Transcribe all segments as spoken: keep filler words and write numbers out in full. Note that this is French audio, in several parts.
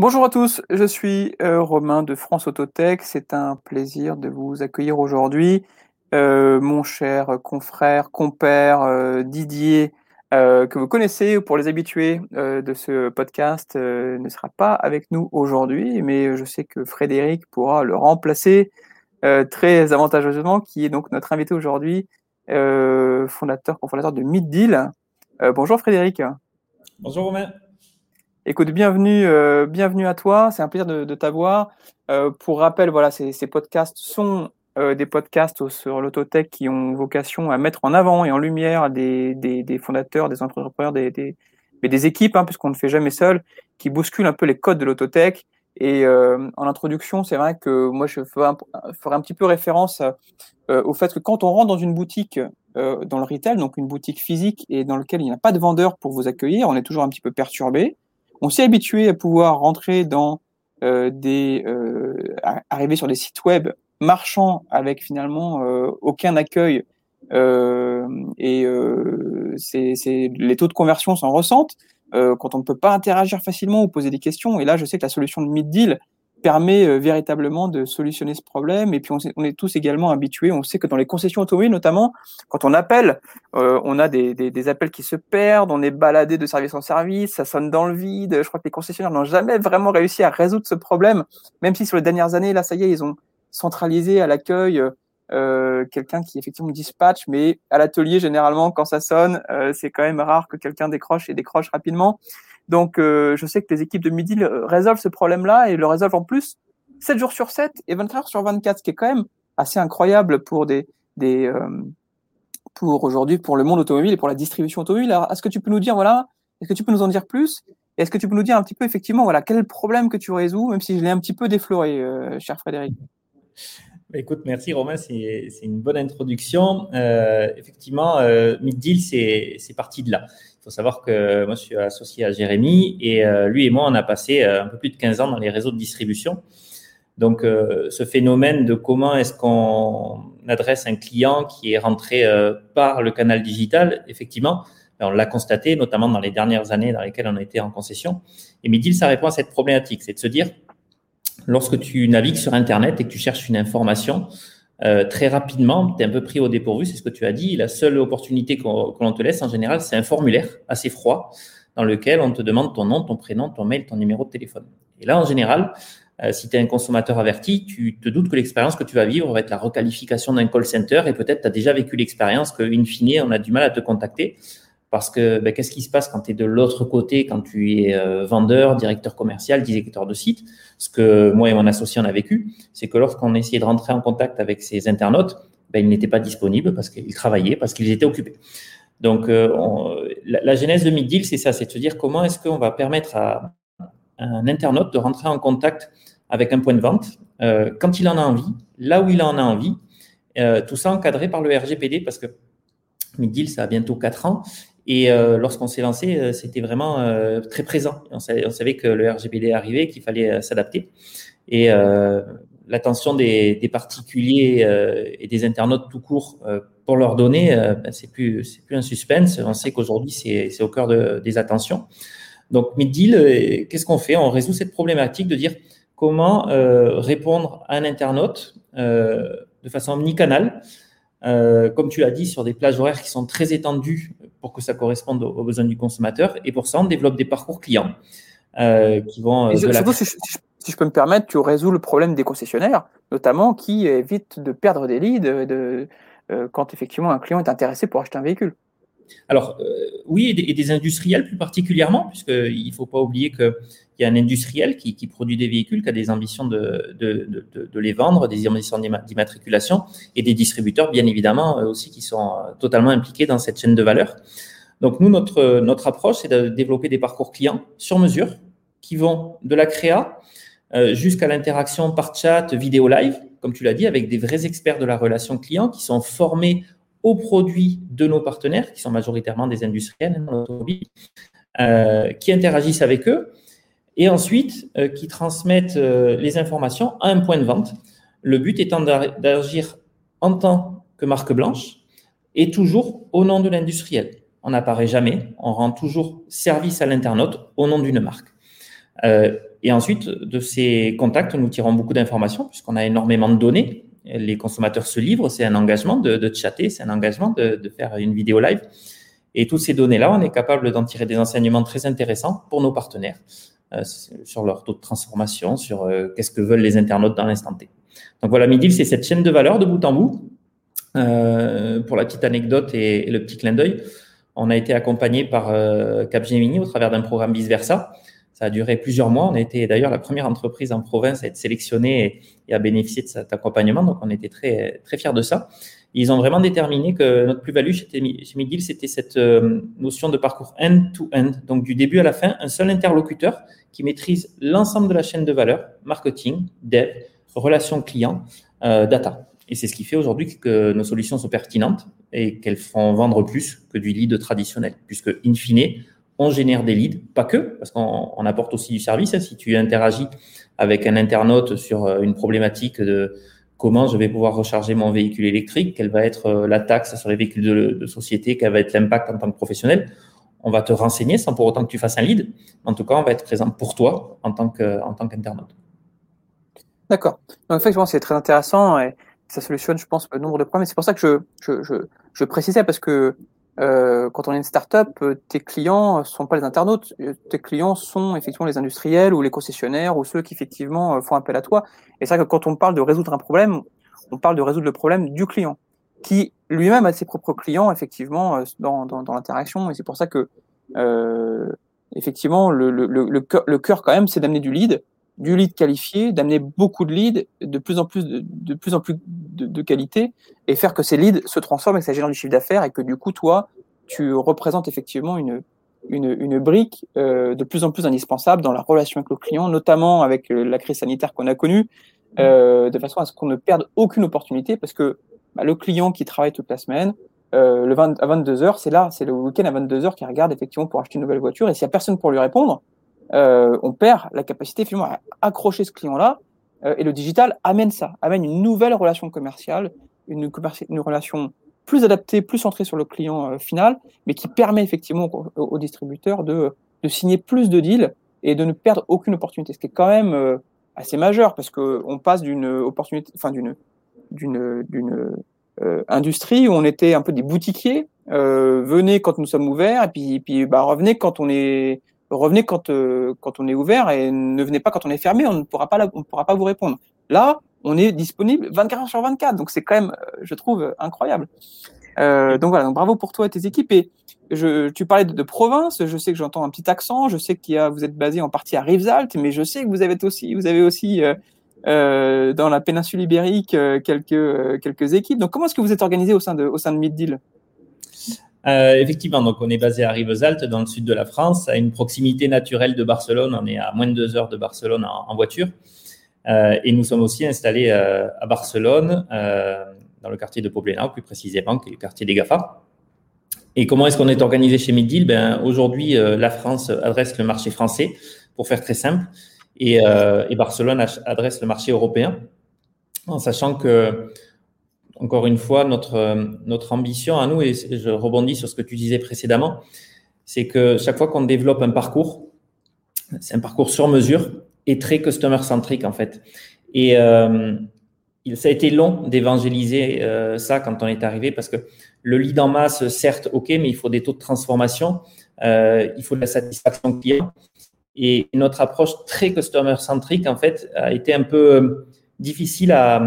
Bonjour à tous, je suis euh, Romain de France Autotech. C'est un plaisir de vous accueillir aujourd'hui. Euh, mon cher confrère, compère euh, Didier, euh, que vous connaissez pour les habitués euh, de ce podcast, euh, ne sera pas avec nous aujourd'hui, mais je sais que Frédéric pourra le remplacer euh, très avantageusement, qui est donc notre invité aujourd'hui, euh, fondateur, cofondateur de MeetDeal. Euh, bonjour Frédéric. Bonjour Romain. Écoute, bienvenue, euh, bienvenue à toi. C'est un plaisir de, de t'avoir. Euh, pour rappel, voilà, ces, ces podcasts sont euh, des podcasts sur l'autotech qui ont vocation à mettre en avant et en lumière des, des, des fondateurs, des entrepreneurs, des, des, mais des équipes, hein, puisqu'on ne fait jamais seul, qui bousculent un peu les codes de l'autotech. Et euh, en introduction, c'est vrai que moi, je ferai un, ferai un petit peu référence euh, au fait que quand on rentre dans une boutique, euh, dans le retail, donc une boutique physique et dans laquelle il n'y a pas de vendeur pour vous accueillir, on est toujours un petit peu perturbé. On s'est habitué à pouvoir rentrer dans euh, des, euh, arriver sur des sites web marchands avec finalement euh, aucun accueil euh, et euh, c'est, c'est, les taux de conversion s'en ressentent euh, quand on ne peut pas interagir facilement ou poser des questions. Et là, je sais que la solution de MeetDeal permet euh, véritablement de solutionner ce problème. Et puis, on, on est tous également habitués. On sait que dans les concessions automobiles, notamment, quand on appelle, euh, on a des, des, des appels qui se perdent, on est baladé de service en service, ça sonne dans le vide. Je crois que les concessionnaires n'ont jamais vraiment réussi à résoudre ce problème, même si sur les dernières années, là, ça y est, ils ont centralisé à l'accueil euh, quelqu'un qui effectivement dispatche, mais à l'atelier, généralement, quand ça sonne, euh, c'est quand même rare que quelqu'un décroche et décroche rapidement. Donc, euh, je sais que les équipes de MeetDeal résolvent ce problème-là et le résolvent en plus sept jours sur sept et vingt-quatre heures sur vingt-quatre, ce qui est quand même assez incroyable pour des, des euh, pour aujourd'hui, pour le monde automobile et pour la distribution automobile. Alors, est-ce que tu peux nous dire, voilà, est-ce que tu peux nous en dire plus? Et est-ce que tu peux nous dire un petit peu, effectivement, voilà, quel est le problème que tu résous, même si je l'ai un petit peu défloré, euh, cher Frédéric? Écoute, merci Romain, c'est, c'est une bonne introduction. Euh, effectivement, euh, MeetDeal, c'est, c'est parti de là. Il faut savoir que moi, je suis associé à Jérémy et euh, lui et moi, on a passé euh, un peu plus de quinze ans dans les réseaux de distribution. Donc, euh, ce phénomène de comment est-ce qu'on adresse un client qui est rentré euh, par le canal digital, effectivement, on l'a constaté, notamment dans les dernières années dans lesquelles on a été en concession. Et MeetDeal, ça répond à cette problématique, c'est de se dire, lorsque tu navigues sur Internet et que tu cherches une information, euh, très rapidement, tu es un peu pris au dépourvu, c'est ce que tu as dit. La seule opportunité qu'on, que l'on te laisse, en général, c'est un formulaire assez froid dans lequel on te demande ton nom, ton prénom, ton mail, ton numéro de téléphone. Et là, en général, euh, si tu es un consommateur averti, tu te doutes que l'expérience que tu vas vivre va être la requalification d'un call center et peut-être tu as déjà vécu l'expérience qu'in fine, on a du mal à te contacter. Parce que ben, qu'est-ce qui se passe quand tu es de l'autre côté, quand tu es euh, vendeur, directeur commercial, directeur de site? Ce que moi et mon associé on a vécu, c'est que lorsqu'on essayait de rentrer en contact avec ces internautes, ben, ils n'étaient pas disponibles parce qu'ils travaillaient, parce qu'ils étaient occupés. Donc, euh, on, la, la genèse de MeetDeal, c'est ça, c'est de se dire comment est-ce qu'on va permettre à, à un internaute de rentrer en contact avec un point de vente euh, quand il en a envie, là où il en a envie, euh, tout ça encadré par le R G P D parce que MeetDeal, ça a bientôt quatre ans. Et euh, lorsqu'on s'est lancé, euh, c'était vraiment euh, très présent. On savait, on savait que le R G P D arrivait, qu'il fallait euh, s'adapter. Et euh, l'attention des, des particuliers euh, et des internautes tout court euh, pour leurs données, euh, ben, c'est plus, c'est plus un suspense. On sait qu'aujourd'hui, c'est, c'est au cœur de, des attentions. Donc, MeetDeal, euh, qu'est-ce qu'on fait? On résout cette problématique de dire comment euh, répondre à un internaute euh, de façon omnicanale. Euh, comme tu l'as dit, sur des plages horaires qui sont très étendues pour que ça corresponde aux, aux besoins du consommateur. Et pour ça, on développe des parcours clients euh, qui vont Et euh, de la... surtout, si je, si je- si je peux me permettre, tu résous le problème des concessionnaires, notamment qui évitent de perdre des leads de, de, euh, quand effectivement un client est intéressé pour acheter un véhicule. Alors, euh, oui, et des, et des industriels plus particulièrement, puisqu'il ne faut pas oublier qu'il y a un industriel qui, qui produit des véhicules, qui a des ambitions de, de, de, de les vendre, des ambitions d'immatriculation, et des distributeurs, bien évidemment, aussi, qui sont totalement impliqués dans cette chaîne de valeur. Donc, nous, notre, notre approche, c'est de développer des parcours clients sur mesure qui vont de la créa euh, jusqu'à l'interaction par chat, vidéo live, comme tu l'as dit, avec des vrais experts de la relation client qui sont formés aux produits de nos partenaires, qui sont majoritairement des industriels dans l'automobile, euh, qui interagissent avec eux et ensuite euh, qui transmettent euh, les informations à un point de vente. Le but étant d'agir en tant que marque blanche et toujours au nom de l'industriel. On n'apparaît jamais, on rend toujours service à l'internaute au nom d'une marque. Euh, Et ensuite, de ces contacts, nous tirons beaucoup d'informations puisqu'on a énormément de données. Les consommateurs se livrent, c'est un engagement de, de chatter, c'est un engagement de, de faire une vidéo live. Et toutes ces données-là, on est capable d'en tirer des enseignements très intéressants pour nos partenaires euh, sur leur taux de transformation, sur euh, qu'est-ce que veulent les internautes dans l'instant T. Donc voilà, Middeal, c'est cette chaîne de valeur de bout en bout. Euh, pour la petite anecdote et, et le petit clin d'œil, on a été accompagné par euh, Capgemini au travers d'un programme Vice Versa. Ça a duré plusieurs mois. On a été d'ailleurs la première entreprise en province à être sélectionnée et, et à bénéficier de cet accompagnement. Donc, on était très, très fiers de ça. Ils ont vraiment déterminé que notre plus-value chez, chez Middeal, c'était cette euh, notion de parcours end-to-end. Donc, du début à la fin, un seul interlocuteur qui maîtrise l'ensemble de la chaîne de valeur, marketing, dev, relations clients, euh, data. Et c'est ce qui fait aujourd'hui que nos solutions sont pertinentes et qu'elles font vendre plus que du lead traditionnel, puisque, in fine, on génère des leads, pas que, parce qu'on on apporte aussi du service. Si tu interagis avec un internaute sur une problématique de comment je vais pouvoir recharger mon véhicule électrique, quelle va être la taxe sur les véhicules de, de société, quel va être l'impact en tant que professionnel, on va te renseigner sans pour autant que tu fasses un lead. En tout cas, on va être présent pour toi en tant que, en tant qu'internaute. D'accord. Donc, effectivement, c'est très intéressant et ça solutionne, je pense, le nombre de problèmes. C'est pour ça que je, je, je, je précisais parce que euh, quand on est une start-up, tes clients sont pas les internautes. Tes clients sont effectivement les industriels ou les concessionnaires ou ceux qui effectivement font appel à toi. Et c'est vrai que quand on parle de résoudre un problème, on parle de résoudre le problème du client qui lui-même a ses propres clients effectivement dans, dans, dans l'interaction. Et c'est pour ça que euh, effectivement le, le, le, le, cœur, le cœur quand même, c'est d'amener du lead. du lead qualifié, d'amener beaucoup de leads, de plus en plus de, de plus en plus de, de qualité, et faire que ces leads se transforment et que ça génère du chiffre d'affaires, et que du coup, toi, tu représentes effectivement une, une, une brique euh, de plus en plus indispensable dans la relation avec le client, notamment avec euh, la crise sanitaire qu'on a connue, euh, de façon à ce qu'on ne perde aucune opportunité, parce que bah, le client qui travaille toute la semaine, euh, le vingt, à vingt-deux heures, c'est là, c'est le week-end à vingt-deux heures qui regarde effectivement pour acheter une nouvelle voiture, et s'il n'y a personne pour lui répondre, Euh, on perd la capacité finalement à accrocher ce client-là, euh, et le digital amène ça, amène une nouvelle relation commerciale, une, commerci- une relation plus adaptée, plus centrée sur le client euh, final, mais qui permet effectivement aux, aux distributeurs de, de signer plus de deals et de ne perdre aucune opportunité, ce qui est quand même euh, assez majeur parce que on passe d'une opportunité, enfin d'une d'une d'une euh, industrie où on était un peu des boutiquiers, euh, venez quand nous sommes ouverts et puis puis bah revenez quand on est revenez quand, euh, quand on est ouvert et ne venez pas quand on est fermé, on ne pourra pas, la, on ne pourra pas vous répondre. Là, on est disponible vingt-quatre heures sur vingt-quatre, donc c'est quand même, je trouve, incroyable. Euh, donc voilà, donc bravo pour toi et tes équipes. Et je, tu parlais de, de province, je sais que j'entends un petit accent, je sais qu'il y a, vous êtes basé en partie à Rivesaltes, mais je sais que vous avez aussi, vous avez aussi euh, euh, dans la péninsule ibérique euh, quelques, euh, quelques équipes. Donc comment est-ce que vous êtes organisé au sein de, au sein de Middeal ? Euh, effectivement, donc on est basé à Rivesaltes, dans le sud de la France, à une proximité naturelle de Barcelone. On est à moins de deux heures de Barcelone en, en voiture. Euh, et nous sommes aussi installés euh, à Barcelone, euh, dans le quartier de Poblenou, plus précisément, qui est le quartier des GAFA. Et comment est-ce qu'on est organisé chez Middeal ? Ben, aujourd'hui, euh, la France adresse le marché français, pour faire très simple, et, euh, et Barcelone adresse le marché européen, en sachant que encore une fois, notre, notre ambition à nous, et je rebondis sur ce que tu disais précédemment, c'est que chaque fois qu'on développe un parcours, c'est un parcours sur mesure et très customer-centric en fait. Et euh, il, ça a été long d'évangéliser euh, ça quand on est arrivé parce que le lead en masse, certes, ok, mais il faut des taux de transformation, euh, il faut de la satisfaction client. Et notre approche très customer-centric, en fait, a été un peu difficile à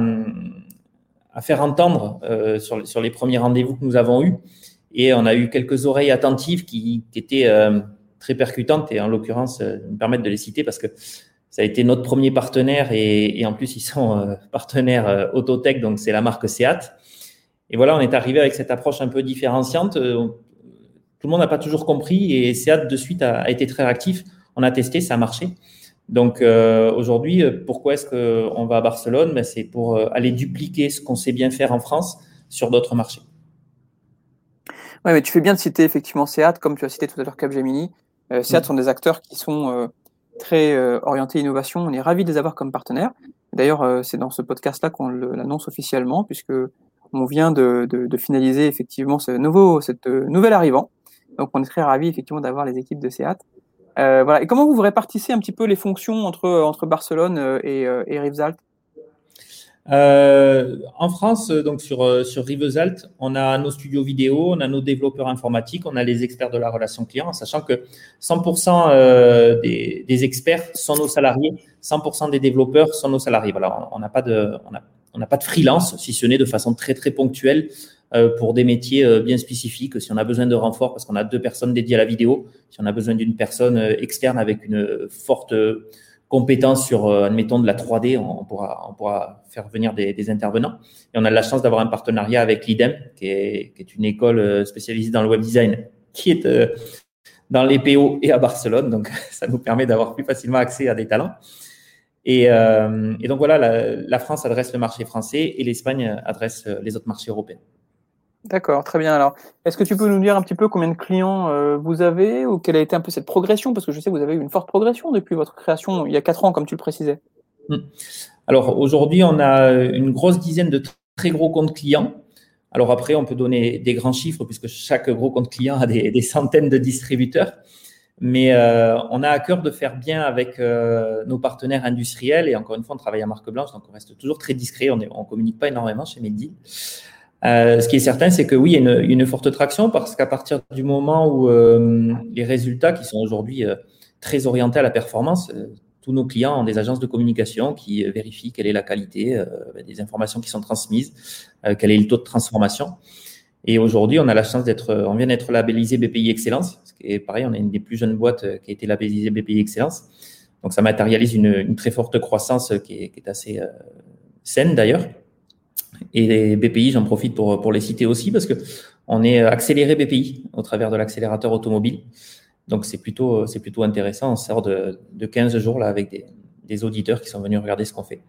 à faire entendre euh, sur, sur les premiers rendez-vous que nous avons eus. Et on a eu quelques oreilles attentives qui, qui étaient euh, très percutantes et en l'occurrence, euh, me permettre de les citer parce que ça a été notre premier partenaire et, et en plus, ils sont euh, partenaires euh, Autotech, donc c'est la marque Seat. Et voilà, on est arrivé avec cette approche un peu différenciante. Euh, tout le monde n'a pas toujours compris et Seat de suite a, a été très réactif. On a testé, ça a marché. Donc euh, aujourd'hui, pourquoi est-ce qu'on va à Barcelone ? Ben, c'est pour aller dupliquer ce qu'on sait bien faire en France sur d'autres marchés. Oui, mais tu fais bien de citer effectivement Seat, comme tu as cité tout à l'heure Capgemini. Euh, Seat mmh. sont des acteurs qui sont euh, très euh, orientés innovation. On est ravis de les avoir comme partenaires. D'ailleurs, euh, c'est dans ce podcast-là qu'on l'annonce officiellement, puisque on vient de, de, de finaliser effectivement ce nouveau, cette euh, nouvelle arrivant. Donc, on est très ravis effectivement d'avoir les équipes de Seat. Euh, voilà. Et comment vous vous répartissez un petit peu les fonctions entre, entre Barcelone et, et Rivesaltes? Euh, en France, donc sur, sur Rivesaltes, on a nos studios vidéo, on a nos développeurs informatiques, on a les experts de la relation client, sachant que cent pour cent des, des experts sont nos salariés, cent pour cent des développeurs sont nos salariés. Voilà, on n'a pas de, on a, on n'a pas de freelance, si ce n'est de façon très très ponctuelle euh, pour des métiers euh, bien spécifiques. Si on a besoin de renfort, parce qu'on a deux personnes dédiées à la vidéo, si on a besoin d'une personne externe avec une forte euh, compétences sur, euh, admettons, de la trois D, on pourra, on pourra faire venir des, des intervenants. Et on a la chance d'avoir un partenariat avec l'I D E M, qui est, qui est une école spécialisée dans le web design, qui est euh, dans les P O et à Barcelone. Donc, ça nous permet d'avoir plus facilement accès à des talents. Et, euh, et donc, voilà, la, la France adresse le marché français et l'Espagne adresse les autres marchés européens. D'accord, très bien. Alors, est-ce que tu peux nous dire un petit peu combien de clients euh, vous avez ou quelle a été un peu cette progression? Parce que je sais que vous avez eu une forte progression depuis votre création il y a quatre ans, comme tu le précisais. Alors, aujourd'hui, on a une grosse dizaine de très gros comptes clients. Alors après, on peut donner des grands chiffres puisque chaque gros compte client a des, des centaines de distributeurs. Mais euh, on a à cœur de faire bien avec euh, nos partenaires industriels. Et encore une fois, on travaille à marque blanche, donc on reste toujours très discret. On ne communique pas énormément chez Mehdi. Euh, ce qui est certain, c'est que oui, il y a une, une forte traction parce qu'à partir du moment où euh, les résultats qui sont aujourd'hui euh, très orientés à la performance, euh, tous nos clients ont des agences de communication qui euh, vérifient quelle est la qualité euh, des informations qui sont transmises, euh, quel est le taux de transformation. Et aujourd'hui, on a la chance d'être, on vient d'être labellisé B P I Excellence, ce qui est pareil, on est une des plus jeunes boîtes qui a été labellisée B P I Excellence. Donc, ça matérialise une, une très forte croissance qui est, qui est assez euh, saine d'ailleurs. Et les B P I, j'en profite pour, pour les citer aussi parce que on est accéléré B P I au travers de l'accélérateur automobile. Donc, c'est plutôt, c'est plutôt intéressant. On sort de, de quinze jours là avec des, des auditeurs qui sont venus regarder ce qu'on fait.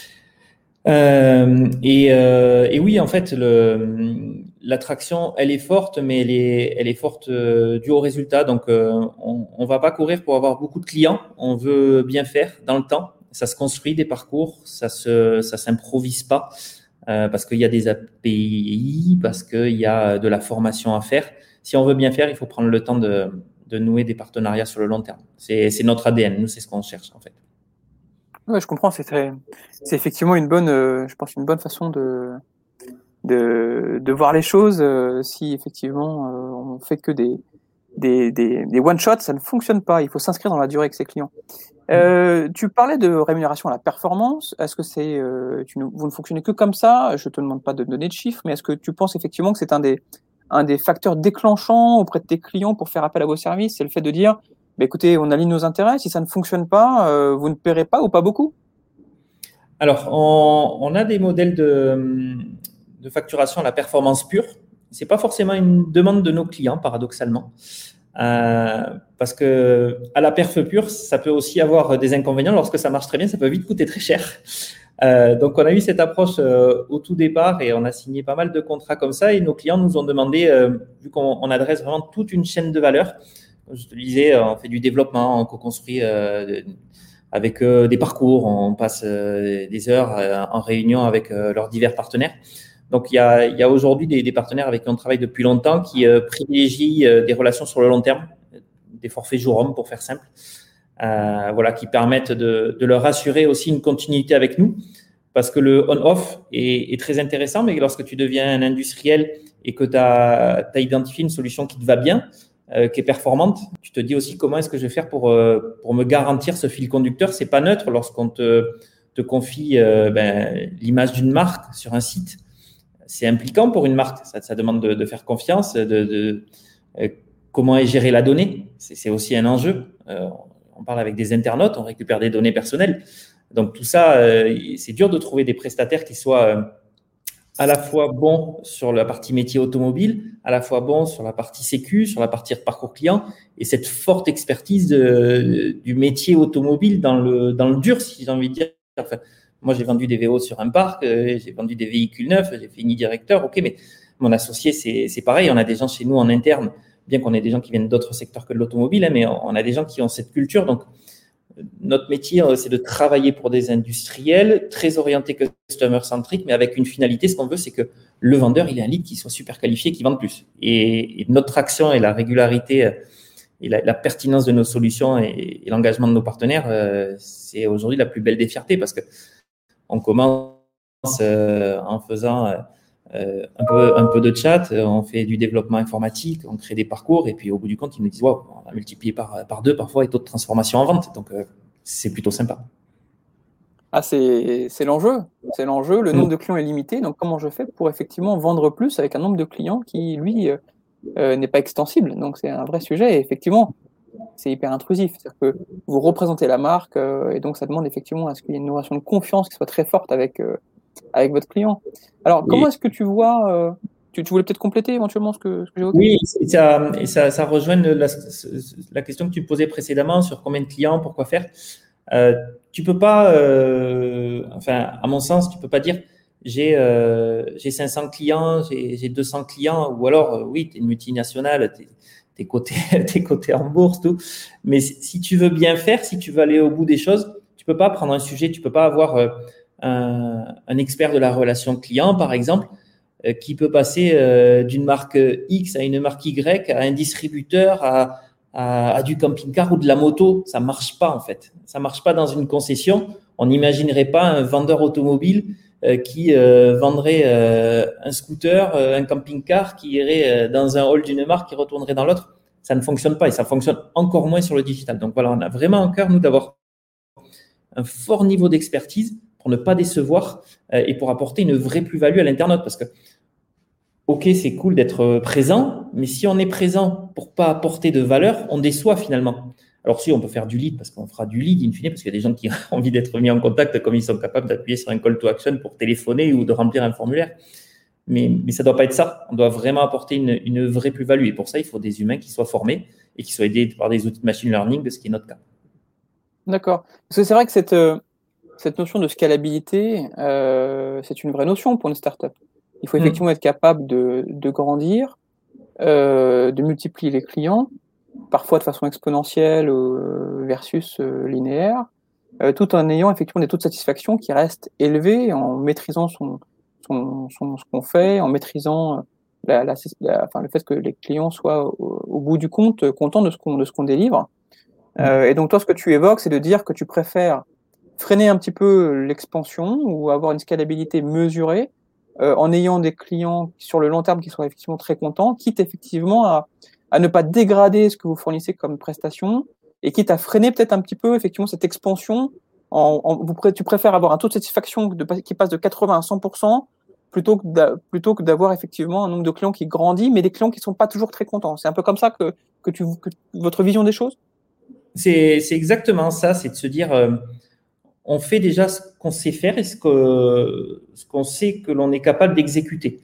Euh, et, euh, et oui, en fait, le, l'attraction, elle est forte, mais elle est, elle est forte euh, due au résultat. Donc, euh, on ne va pas courir pour avoir beaucoup de clients. On veut bien faire dans le temps. Ça se construit des parcours, ça se, ça s'improvise pas euh, parce qu'il y a des A P I, parce qu'il y a de la formation à faire. Si on veut bien faire, il faut prendre le temps de, de nouer des partenariats sur le long terme. C'est, c'est notre A D N. Nous, c'est ce qu'on cherche en fait. Ouais, je comprends. C'est très, c'est effectivement une bonne, euh, je pense, une bonne façon de, de, de voir les choses. Euh, si effectivement euh, on fait que des, des, des, des one shots, ça ne fonctionne pas. Il faut s'inscrire dans la durée avec ses clients. Euh, tu parlais de rémunération à la performance. Est-ce que c'est, euh, tu ne, vous ne fonctionnez que comme ça? Je te demande pas de donner de chiffres, mais est-ce que tu penses effectivement que c'est un des, un des facteurs déclenchants auprès de tes clients pour faire appel à vos services? C'est le fait de dire, bah, écoutez, on aligne nos intérêts. Si ça ne fonctionne pas, euh, vous ne paierez pas ou pas beaucoup? Alors, on, on a des modèles de, de facturation à la performance pure. C'est pas forcément une demande de nos clients, paradoxalement. Euh, parce que à la perf pure, ça peut aussi avoir des inconvénients. Lorsque ça marche très bien, ça peut vite coûter très cher. Euh, donc, on a eu cette approche euh, au tout départ et on a signé pas mal de contrats comme ça. Et nos clients nous ont demandé, euh, vu qu'on on adresse vraiment toute une chaîne de valeur, comme je te le disais, on fait du développement, on co-construit euh, avec euh, des parcours, on passe euh, des heures euh, en réunion avec euh, leurs divers partenaires. Donc, il y a, il y a aujourd'hui des, des partenaires avec qui on travaille depuis longtemps qui euh, privilégient euh, des relations sur le long terme, des forfaits jour-homme pour faire simple, euh, voilà, qui permettent de, de leur assurer aussi une continuité avec nous. Parce que le on-off est, est très intéressant, mais lorsque tu deviens un industriel et que tu as identifié une solution qui te va bien, euh, qui est performante, tu te dis aussi comment est-ce que je vais faire pour, euh, pour me garantir ce fil conducteur. C'est pas neutre lorsqu'on te, te confie euh, ben, l'image d'une marque sur un site. C'est impliquant pour une marque. Ça, ça demande de, de faire confiance, de, de euh, comment est gérée la donnée. C'est, c'est aussi un enjeu. Euh, on parle avec des internautes, on récupère des données personnelles. Donc tout ça, euh, c'est dur de trouver des prestataires qui soient euh, à la fois bons sur la partie métier automobile, à la fois bons sur la partie sécu, sur la partie parcours client, et cette forte expertise de, du métier automobile dans le, dans le dur, si j'ai envie de dire. Enfin, moi, j'ai vendu des V O sur un parc, euh, j'ai vendu des véhicules neufs, j'ai fini directeur, ok, mais mon associé, c'est, c'est pareil. On a des gens chez nous en interne, bien qu'on ait des gens qui viennent d'autres secteurs que de l'automobile, hein, mais on a des gens qui ont cette culture. Donc, notre métier, c'est de travailler pour des industriels, très orientés customer-centric, mais avec une finalité. Ce qu'on veut, c'est que le vendeur, il ait un lead qui soit super qualifié, qui vende plus. Et, et notre action et la régularité et la, la pertinence de nos solutions et, et l'engagement de nos partenaires, euh, c'est aujourd'hui la plus belle des fiertés parce que on commence euh, en faisant euh, un, peu, un peu de chat, on fait du développement informatique, on crée des parcours et puis au bout du compte, ils nous disent wow, on a multiplié par, par deux parfois et taux de transformation en vente. Donc, euh, c'est plutôt sympa. Ah, c'est, c'est l'enjeu. C'est l'enjeu. Le nombre de clients est limité. Donc, comment je fais pour effectivement vendre plus avec un nombre de clients qui, lui, euh, euh, n'est pas extensible. Donc, c'est un vrai sujet. Et effectivement, c'est hyper intrusif. C'est-à-dire que vous représentez la marque euh, et donc ça demande effectivement à ce qu'il y ait une relation de confiance qui soit très forte avec, euh, avec votre client. Alors, comment Et, est-ce que tu vois, euh, tu, tu voulais peut-être compléter éventuellement ce que, ce que j'évoquais? oui, et ça, et ça, ça rejoint la, la question que tu posais précédemment sur combien de clients, pourquoi faire. Euh, tu peux pas, euh, enfin, à mon sens, tu peux pas dire j'ai euh, j'ai cinq cents clients, j'ai j'ai deux cents clients, ou alors euh, oui, tu es une multinationale, tu es coté, t'es coté en bourse, tout. Mais si, si tu veux bien faire, si tu veux aller au bout des choses, tu peux pas prendre un sujet, tu peux pas avoir euh, un, un expert de la relation client, par exemple, euh, qui peut passer euh, d'une marque X à une marque Y, à un distributeur, à à, à du camping-car ou de la moto, ça marche pas en fait. Ça marche pas dans une concession. On n'imaginerait pas un vendeur automobile euh, qui euh, vendrait euh, un scooter, euh, un camping-car, qui irait euh, dans un hall d'une marque, qui retournerait dans l'autre. Ça ne fonctionne pas et ça fonctionne encore moins sur le digital. Donc voilà, on a vraiment en cœur, nous, d'avoir un fort niveau d'expertise pour ne pas décevoir euh, et pour apporter une vraie plus-value à l'internaute. Parce que ok, c'est cool d'être présent, mais si on est présent pour pas apporter de valeur, on déçoit finalement. Alors si on peut faire du lead, parce qu'on fera du lead in fine, parce qu'il y a des gens qui ont envie d'être mis en contact, comme ils sont capables d'appuyer sur un call to action pour téléphoner ou de remplir un formulaire. Mais, mais ça doit pas être ça. On doit vraiment apporter une, une vraie plus-value. Et pour ça, il faut des humains qui soient formés et qui soient aidés par des outils de machine learning, ce qui est notre cas. D'accord. Parce que c'est vrai que cette, euh, cette notion de scalabilité, euh, c'est une vraie notion pour une startup. Il faut effectivement être capable de, de grandir, euh, de multiplier les clients, parfois de façon exponentielle euh, versus euh, linéaire, euh, tout en ayant effectivement des taux de satisfaction qui restent élevés, en maîtrisant son, son, son, ce qu'on fait, en maîtrisant la, la, la, enfin, le fait que les clients soient au, au bout du compte contents de ce qu'on de ce qu'on délivre. Euh, et donc toi, ce que tu évoques, c'est de dire que tu préfères freiner un petit peu l'expansion ou avoir une scalabilité mesurée euh, en ayant des clients sur le long terme qui soient effectivement très contents, quitte effectivement à, à ne pas dégrader ce que vous fournissez comme prestation et quitte à freiner peut-être un petit peu effectivement cette expansion. En, en, vous, tu préfères avoir un taux de satisfaction de, qui passe de quatre-vingts à cent pour cent plutôt que, plutôt que d'avoir effectivement un nombre de clients qui grandit, mais des clients qui ne sont pas toujours très contents. C'est un peu comme ça que, que, tu, que votre vision des choses? C'est, c'est exactement ça, c'est de se dire, euh, on fait déjà ce qu'on sait faire et ce, que, ce qu'on sait que l'on est capable d'exécuter.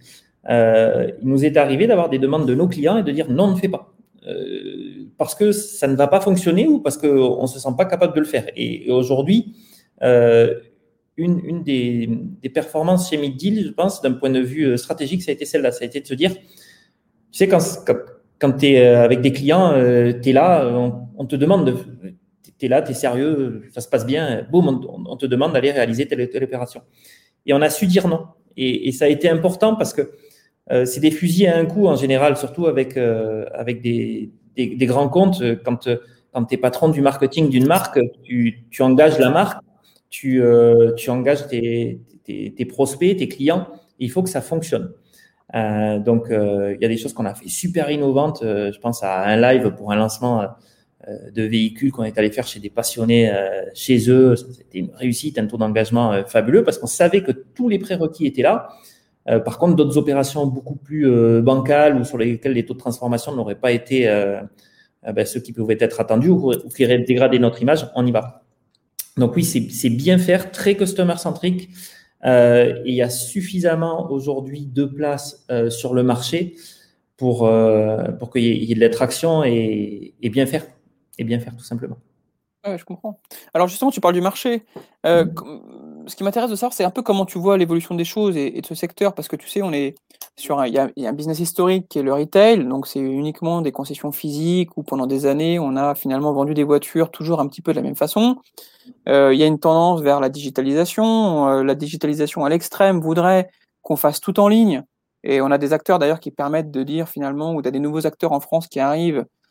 Euh, il nous est arrivé d'avoir des demandes de nos clients et de dire non, on ne fait pas. Euh, parce que ça ne va pas fonctionner ou parce qu'on ne se sent pas capable de le faire. Et, et aujourd'hui, euh, une, une des, des performances chez Middeal, je pense, d'un point de vue stratégique, ça a été celle-là. Ça a été de se dire, tu sais, quand, quand, quand tu es avec des clients, euh, tu es là, on, on te demande de tu es là, tu es sérieux, ça se passe bien, boum, on, on te demande d'aller réaliser telle, telle opération. Et on a su dire non. Et, et ça a été important parce que euh, c'est des fusils à un coup en général, surtout avec, euh, avec des, des, des grands comptes. Quand, quand tu es patron du marketing d'une marque, tu, tu engages la marque, tu, euh, tu engages tes, tes, tes prospects, tes clients, et il faut que ça fonctionne. Euh, donc, euh, il y a des choses qu'on a fait super innovantes. Euh, je pense à un live pour un lancement euh, de véhicules qu'on est allé faire chez des passionnés euh, chez eux. C'était une réussite, un taux d'engagement euh, fabuleux parce qu'on savait que tous les prérequis étaient là. Euh, par contre, d'autres opérations beaucoup plus euh, bancales ou sur lesquelles les taux de transformation n'auraient pas été euh, euh, ben, ceux qui pouvaient être attendus ou, ou qui auraient dégradé notre image, on y va. Donc oui, c'est, c'est bien faire, très customer-centric. Euh, et il y a suffisamment aujourd'hui de place euh, sur le marché pour, euh, pour qu'il y ait, il y ait de l'attraction et, et bien faire. Et bien faire, tout simplement. Ouais, je comprends. Alors justement, tu parles du marché. Euh, com- ce qui m'intéresse de savoir, c'est un peu comment tu vois l'évolution des choses et, et de ce secteur, parce que tu sais, on est sur un, il y a, il y a un business historique qui est le retail, donc c'est uniquement des concessions physiques où pendant des années, on a finalement vendu des voitures toujours un petit peu de la même façon. Euh, il y a une tendance vers la digitalisation. Euh, la digitalisation à l'extrême voudrait qu'on fasse tout en ligne. Et on a des acteurs d'ailleurs qui permettent de dire finalement, ou tu as des nouveaux acteurs en France qui arrivent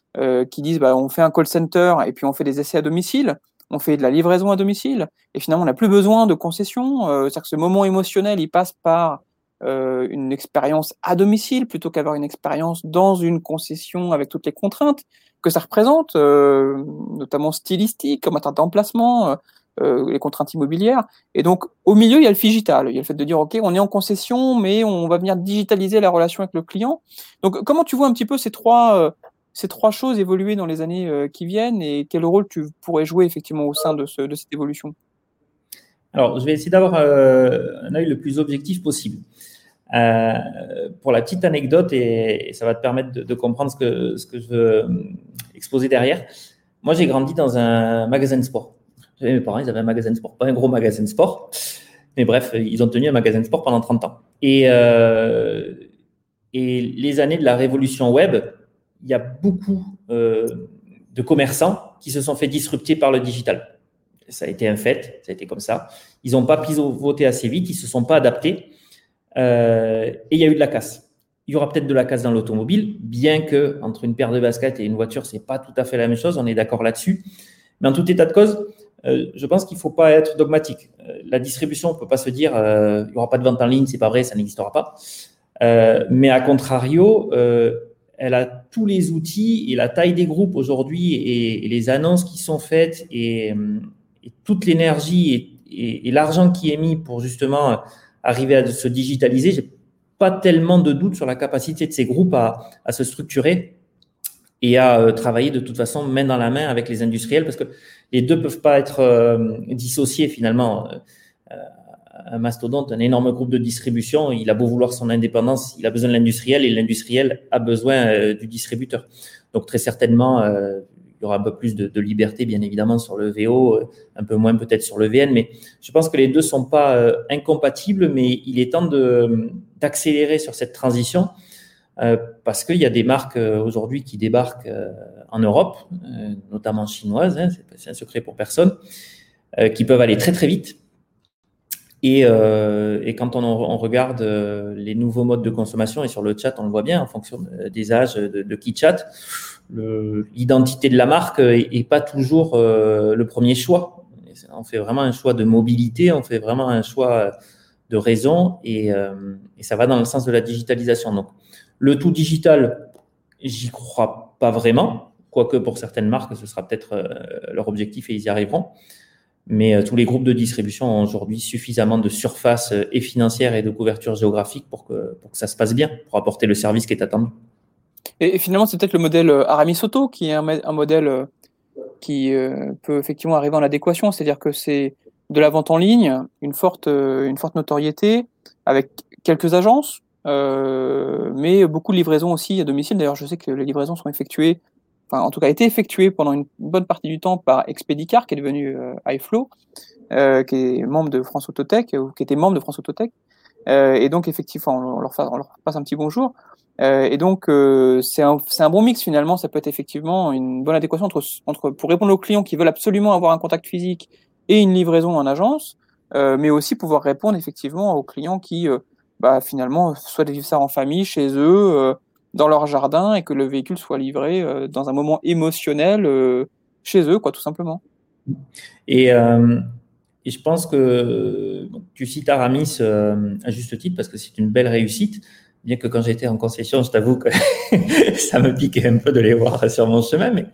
euh, qui disent bah, on fait un call center et puis on fait des essais à domicile, on fait de la livraison à domicile, et finalement on n'a plus besoin de concessions. Euh, c'est-à-dire que ce moment émotionnel, il passe par euh, une expérience à domicile plutôt qu'avoir une expérience dans une concession avec toutes les contraintes que ça représente, euh, notamment stylistiques, comme en termes d'emplacement, euh, les contraintes immobilières. Et donc, au milieu, il y a le figital. Il y a le fait de dire, OK, on est en concession, mais on va venir digitaliser la relation avec le client. Donc, comment tu vois un petit peu ces trois, euh, ces trois choses évoluer dans les années euh, qui viennent, et quel rôle tu pourrais jouer effectivement au sein de, ce, de cette évolution? Alors, je vais essayer d'avoir euh, un œil le plus objectif possible. Euh, pour la petite anecdote, et, et ça va te permettre de, de comprendre ce que, ce que je veux exposer derrière. Moi, j'ai grandi dans un magasin de sport. Mes parents, ils avaient un magasin de sport, pas un gros magasin de sport, mais bref, ils ont tenu un magasin de sport pendant trente ans. Et, euh, et les années de la révolution web, il y a beaucoup euh, de commerçants qui se sont fait disrupter par le digital. Ça a été un fait, ça a été comme ça. Ils n'ont pas pivoté assez vite, ils ne se sont pas adaptés. Euh, et il y a eu de la casse. Il y aura peut-être de la casse dans l'automobile, bien que entre une paire de baskets et une voiture, c'est pas tout à fait la même chose. On est d'accord là-dessus. Mais en tout état de cause, euh, je pense qu'il faut pas être dogmatique. Euh, la distribution, on peut pas se dire euh, il y aura pas de vente en ligne, c'est pas vrai, ça n'existera pas. Euh, mais à contrario, euh, elle a tous les outils et la taille des groupes aujourd'hui et, et les annonces qui sont faites et, et toute l'énergie et, et, et l'argent qui est mis pour justement arriver à se digitaliser. J'ai pas tellement de doute sur la capacité de ces groupes à, à se structurer et à euh, travailler de toute façon main dans la main avec les industriels, parce que les deux peuvent pas être euh, dissociés finalement. Euh, un mastodonte, un énorme groupe de distribution, il a beau vouloir son indépendance, il a besoin de l'industriel et l'industriel a besoin euh, du distributeur. Donc très certainement, euh, il y aura un peu plus de, de liberté, bien évidemment, sur le V O, un peu moins peut-être sur le V N, mais je pense que les deux sont pas euh, incompatibles, mais il est temps de, d'accélérer sur cette transition euh, parce qu'il y a des marques euh, aujourd'hui qui débarquent euh, en Europe, euh, notamment chinoises, hein, c'est, c'est un secret pour personne, euh, qui peuvent aller très très vite. Et, euh, et quand on, on regarde euh, les nouveaux modes de consommation, et sur le chat, on le voit bien, en fonction des âges de, de qui chatte, le, l'identité de la marque est, est pas toujours euh, le premier choix. On fait vraiment un choix de mobilité, on fait vraiment un choix de raison, et, euh, et ça va dans le sens de la digitalisation. Donc, le tout digital, j'y crois pas vraiment, quoique pour certaines marques, ce sera peut-être euh, leur objectif et ils y arriveront. Mais euh, tous les groupes de distribution ont aujourd'hui suffisamment de surface euh, et financière et de couverture géographique pour que, pour que ça se passe bien, pour apporter le service qui est attendu. Et, et finalement, c'est peut-être le modèle euh, Aramis Auto qui est un, un modèle euh, qui euh, peut effectivement arriver en adéquation, c'est-à-dire que c'est de la vente en ligne, une forte, euh, une forte notoriété, avec quelques agences, euh, mais beaucoup de livraisons aussi à domicile. D'ailleurs, je sais que les livraisons sont effectuées, enfin en tout cas été effectuées pendant une bonne partie du temps par Expedicar, qui est devenu euh, iFlow, euh, qui est membre de France Autotech, ou qui était membre de France Autotech. Euh, et donc, effectivement, on leur, fa- on leur passe un petit bonjour. Euh, et donc, euh, c'est un, c'est un bon mix finalement. Ça peut être effectivement une bonne adéquation entre, entre pour répondre aux clients qui veulent absolument avoir un contact physique et une livraison en agence, euh, mais aussi pouvoir répondre effectivement aux clients qui, euh, bah, finalement, souhaitent vivre ça en famille, chez eux, euh, dans leur jardin, et que le véhicule soit livré euh, dans un moment émotionnel euh, chez eux, quoi, tout simplement. Et, euh, et je pense que bon, tu cites Aramis euh, à juste titre parce que c'est une belle réussite. Bien que quand j'étais en concession, je t'avoue que ça me piquait un peu de les voir sur mon chemin, mais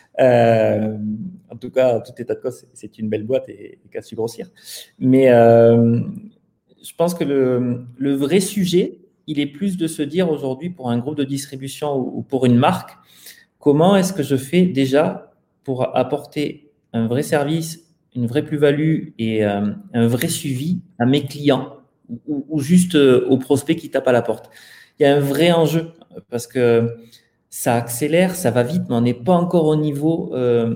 euh, en tout cas, en tout état de cause, c'est une belle boîte et, et qu'à su grossir. Mais euh, je pense que le, le vrai sujet, il est plus de se dire aujourd'hui pour un groupe de distribution ou, ou pour une marque, comment est-ce que je fais déjà pour apporter un vrai service, une vraie plus-value et euh, un vrai suivi à mes clients ou, ou juste euh, aux prospects qui tapent à la porte. Il y a un vrai enjeu parce que ça accélère, ça va vite, mais on n'est pas encore au niveau euh,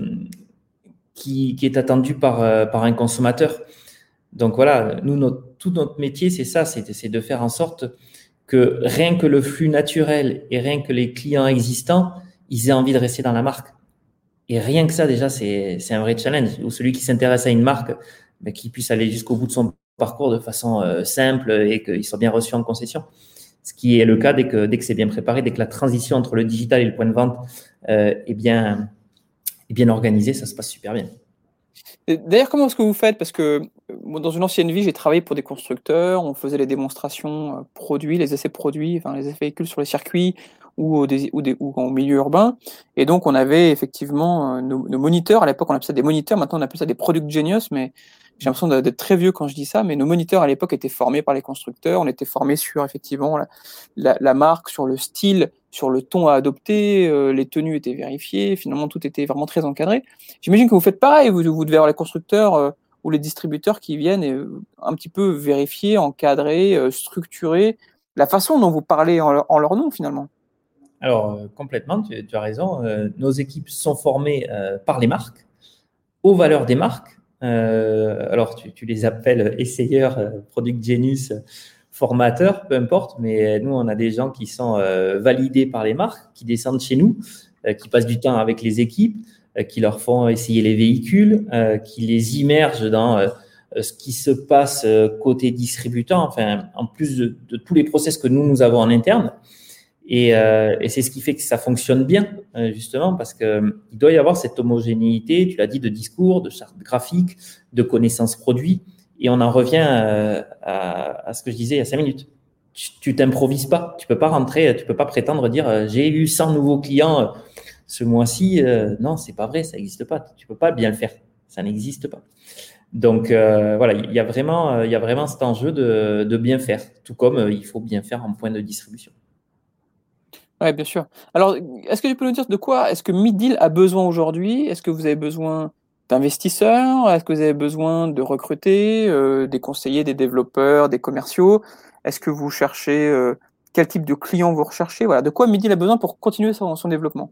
qui, qui, est attendu par, euh, par un consommateur. Donc voilà, nous, notre, tout notre métier, c'est ça, c'est, c'est de faire en sorte que rien que le flux naturel et rien que les clients existants, ils aient envie de rester dans la marque. Et rien que ça, déjà, c'est, c'est un vrai challenge. Ou celui qui s'intéresse à une marque, ben, qu'il puisse aller jusqu'au bout de son parcours de façon euh, simple et qu'il soit bien reçu en concession. ce qui est le cas dès que, dès que c'est bien préparé, dès que la transition entre le digital et le point de vente euh, est, bien, est bien organisée, ça se passe super bien. D'ailleurs, comment est-ce que vous faites? Parce que moi, dans une ancienne vie, j'ai travaillé pour des constructeurs, on faisait les démonstrations euh, produits, les essais produits, enfin les essais véhicules sur les circuits ou, au des, ou, des, ou en milieu urbain. Et donc, on avait effectivement euh, nos, nos moniteurs. À l'époque, on appelait ça des moniteurs, maintenant on appelle ça des product genius, mais j'ai l'impression d'être très vieux quand je dis ça. Mais nos moniteurs à l'époque étaient formés par les constructeurs, on était formés sur effectivement la, la, la marque, sur le style, sur le ton à adopter, euh, les tenues étaient vérifiées, finalement tout était vraiment très encadré. J'imagine que vous faites pareil, vous, vous devez avoir les constructeurs euh, ou les distributeurs qui viennent et, euh, un petit peu vérifier, encadrer, euh, structurer la façon dont vous parlez en leur, en leur nom finalement. Alors, euh, complètement, tu, tu as raison. Euh, nos équipes sont formées euh, par les marques, aux valeurs des marques. Euh, alors, tu, tu les appelles essayeurs, euh, product genius, formateurs, peu importe, mais nous, on a des gens qui sont euh, validés par les marques, qui descendent chez nous, euh, qui passent du temps avec les équipes, euh, qui leur font essayer les véhicules, euh, qui les immergent dans euh, ce qui se passe euh, côté distributeur, enfin, en plus de, de tous les process que nous, nous avons en interne. Et, euh, et c'est ce qui fait que ça fonctionne bien, euh, justement, parce que euh, il doit y avoir cette homogénéité, tu l'as dit, de discours, de charte graphique, de connaissances produits. Et on en revient euh, à, à ce que je disais il y a cinq minutes. Tu, tu t'improvises pas. Tu peux pas rentrer, tu peux pas prétendre dire euh, j'ai eu cent nouveaux clients euh, ce mois-ci. Euh, non, c'est pas vrai, ça n'existe pas. Tu peux pas bien le faire. Ça n'existe pas. Donc euh, voilà, il y a vraiment, il y a vraiment cet enjeu de, de bien faire, tout comme euh, il faut bien faire en point de distribution. Oui, bien sûr. Alors, est-ce que tu peux nous dire de quoi est-ce que Middeal a besoin aujourd'hui? Est-ce que vous avez besoin d'investisseurs? Est-ce que vous avez besoin de recruter euh, des conseillers, des développeurs, des commerciaux? Est-ce que vous cherchez euh, quel type de client vous recherchez? Voilà, de quoi Middeal a besoin pour continuer son, son développement?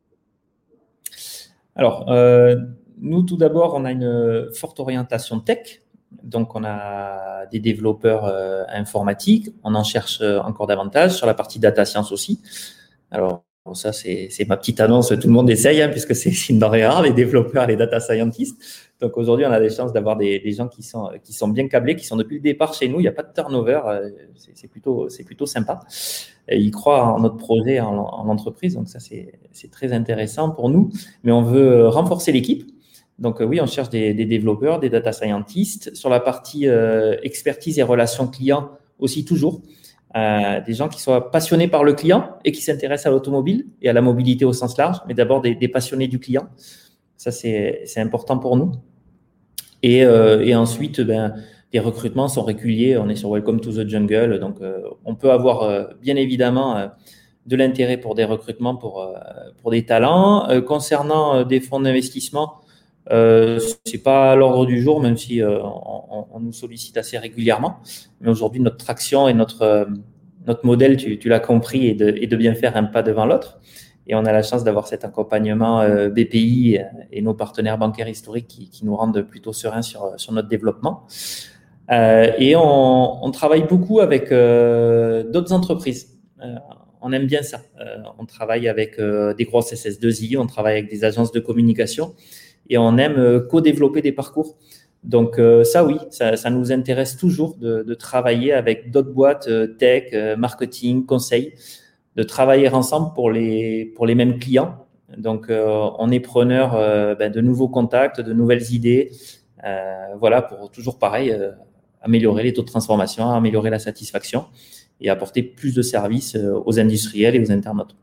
Alors, euh, nous, tout d'abord, on a une forte orientation tech. Donc, on a des développeurs euh, informatiques. On en cherche euh, encore davantage sur la partie data science aussi. Alors, bon, ça, c'est, c'est ma petite annonce. Tout le monde essaye, hein, puisque c'est, c'est une denrée rare, les développeurs et les data scientists. Donc, aujourd'hui, on a des chances d'avoir des, des gens qui sont, qui sont bien câblés, qui sont depuis le départ chez nous. Il n'y a pas de turnover. Euh, c'est, c'est, plutôt, c'est plutôt sympa. Et ils croient en notre projet, en, en entreprise. Donc, ça, c'est, c'est très intéressant pour nous. Mais on veut renforcer l'équipe. Donc, euh, oui, on cherche des, des développeurs, des data scientists. Sur la partie euh, expertise et relations clients aussi, toujours. Euh, des gens qui soient passionnés par le client et qui s'intéressent à l'automobile et à la mobilité au sens large, mais d'abord des, des passionnés du client. Ça, c'est, c'est important pour nous. Et, euh, et ensuite, ben, les recrutements sont réguliers. On est sur Welcome to the Jungle. Donc, euh, on peut avoir euh, bien évidemment euh, de l'intérêt pour des recrutements pour, euh, pour des talents. Euh, concernant euh, des fonds d'investissement, euh, c'est pas à l'ordre du jour, même si euh, on, on nous sollicite assez régulièrement. Mais aujourd'hui, notre traction et notre, euh, notre modèle, tu, tu l'as compris, est de, est de bien faire un pas devant l'autre. Et on a la chance d'avoir cet accompagnement euh, B P I et nos partenaires bancaires historiques qui, qui nous rendent plutôt sereins sur, sur notre développement. Euh, et on, on travaille beaucoup avec euh, d'autres entreprises. Euh, on aime bien ça. Euh, on travaille avec euh, des grosses S S deux I, on travaille avec des agences de communication et on aime euh, co-développer des parcours. Donc euh, ça, oui, ça, ça nous intéresse toujours de, de travailler avec d'autres boîtes euh, tech, euh, marketing, conseil, de travailler ensemble pour les, pour les mêmes clients. Donc, euh, on est preneur euh, ben, de nouveaux contacts, de nouvelles idées, euh, voilà, pour toujours pareil, euh, améliorer les taux de transformation, améliorer la satisfaction et apporter plus de services euh, aux industriels et aux internautes.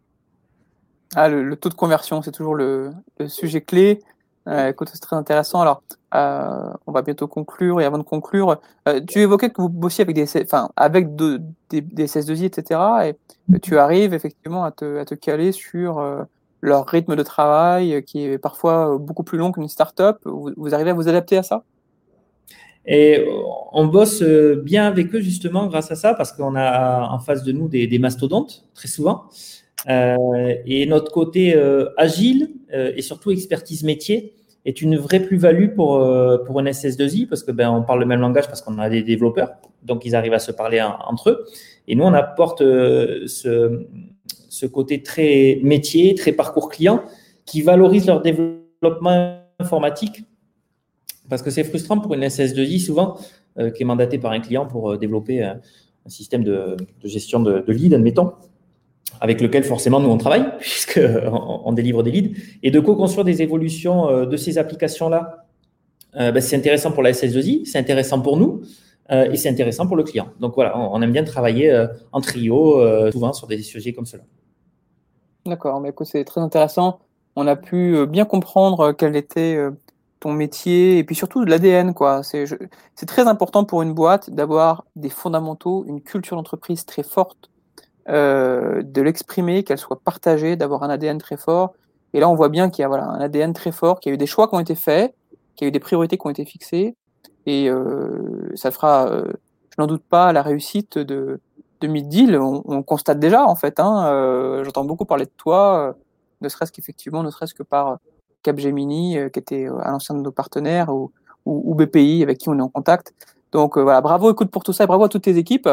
Ah, le, le taux de conversion, c'est toujours le, le sujet clé. Euh, écoute, c'est très intéressant. Alors, euh, on va bientôt conclure. Et avant de conclure, euh, tu évoquais que vous bossiez avec des, enfin, avec de, des, des S S deux I, et cetera. Et tu arrives effectivement à te, à te caler sur euh, leur rythme de travail, euh, qui est parfois beaucoup plus long qu'une start-up. Vous, vous arrivez à vous adapter à ça? Et on bosse bien avec eux justement grâce à ça, parce qu'on a en face de nous des, des mastodontes, très souvent. Euh, et notre côté euh, agile euh, et surtout expertise métier est une vraie plus-value pour, euh, pour une S S deux I, parce que ben, on parle le même langage parce qu'on a des développeurs, donc ils arrivent à se parler en, entre eux. Et nous, on apporte euh, ce, ce côté très métier, très parcours client, qui valorise leur développement informatique. Parce que c'est frustrant pour une S S deux I souvent, euh, qui est mandatée par un client pour euh, développer euh, un système de, de gestion de, de leads, admettons, avec lequel forcément nous on travaille, puisqu'on on délivre des leads, et de co-construire des évolutions euh, de ces applications-là. Euh, ben, c'est intéressant pour la S S deux I, c'est intéressant pour nous, euh, et c'est intéressant pour le client. Donc voilà, on, on aime bien travailler euh, en trio, euh, souvent sur des sujets comme cela. D'accord, mais écoute, c'est très intéressant. On a pu euh, bien comprendre quel était euh, ton métier et puis surtout de l'A D N, quoi. C'est, je- c'est très important pour une boîte d'avoir des fondamentaux, une culture d'entreprise très forte, euh, de l'exprimer, qu'elle soit partagée, d'avoir un A D N très fort. Et là, on voit bien qu'il y a voilà, un A D N très fort, qu'il y a eu des choix qui ont été faits, qu'il y a eu des priorités qui ont été fixées. Et euh, ça fera, euh, je n'en doute pas, la réussite de, de Mid-Deal. On, on constate déjà, en fait. Hein, euh, j'entends beaucoup parler de toi, euh, ne serait-ce qu'effectivement, ne serait-ce que par Capgemini, euh, qui était euh, à l'ancien de nos partenaires, ou, ou, ou B P I, avec qui on est en contact. Donc euh, voilà, bravo, écoute, pour tout ça, et bravo à toutes tes équipes.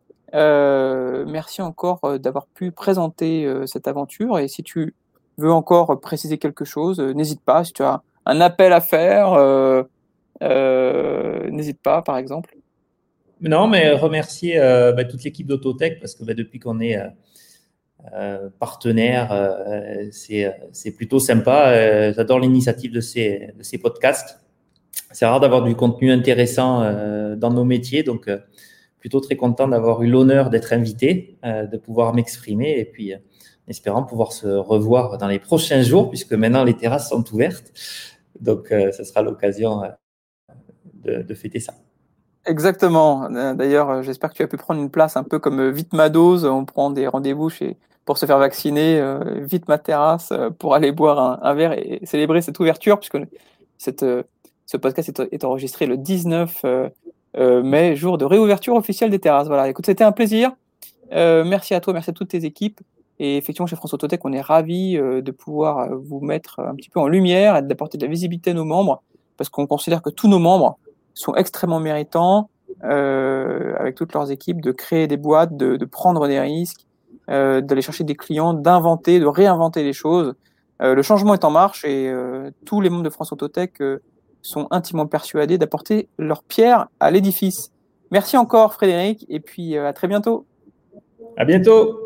Euh, merci encore euh, d'avoir pu présenter euh, cette aventure. Et si tu veux encore préciser quelque chose, euh, n'hésite pas. Si tu as un appel à faire, euh, euh, n'hésite pas, par exemple. Non, mais remercier euh, bah, toute l'équipe d'Autotech, parce que bah, depuis qu'on est euh, euh, partenaire, euh, c'est, c'est plutôt sympa. Euh, j'adore l'initiative de ces, de ces podcasts. C'est rare d'avoir du contenu intéressant euh, dans nos métiers, donc euh, plutôt très content d'avoir eu l'honneur d'être invité, euh, de pouvoir m'exprimer et puis euh, espérant pouvoir se revoir dans les prochains jours, puisque maintenant les terrasses sont ouvertes. Donc, euh, ce sera l'occasion euh, de, de fêter ça. Exactement. Euh, D'ailleurs, euh, j'espère que tu as pu prendre une place un peu comme euh, vite ma dose. On prend des rendez-vous chez pour se faire vacciner. Euh, vite ma terrasse euh, pour aller boire un, un verre et célébrer cette ouverture, puisque cette, euh, ce podcast est, est enregistré le dix-neuf euh, euh, mai, jour de réouverture officielle des terrasses. Voilà. Écoute, c'était un plaisir. Euh, merci à toi, merci à toutes tes équipes. Et effectivement, chez France Autotech, on est ravis euh, de pouvoir euh, vous mettre un petit peu en lumière et d'apporter de la visibilité à nos membres, parce qu'on considère que tous nos membres sont extrêmement méritants, euh, avec toutes leurs équipes, de créer des boîtes, de, de prendre des risques, euh, d'aller chercher des clients, d'inventer, de réinventer les choses. Euh, le changement est en marche et euh, tous les membres de France Autotech euh, sont intimement persuadés d'apporter leur pierre à l'édifice. Merci encore, Frédéric, et puis euh, à très bientôt. À bientôt.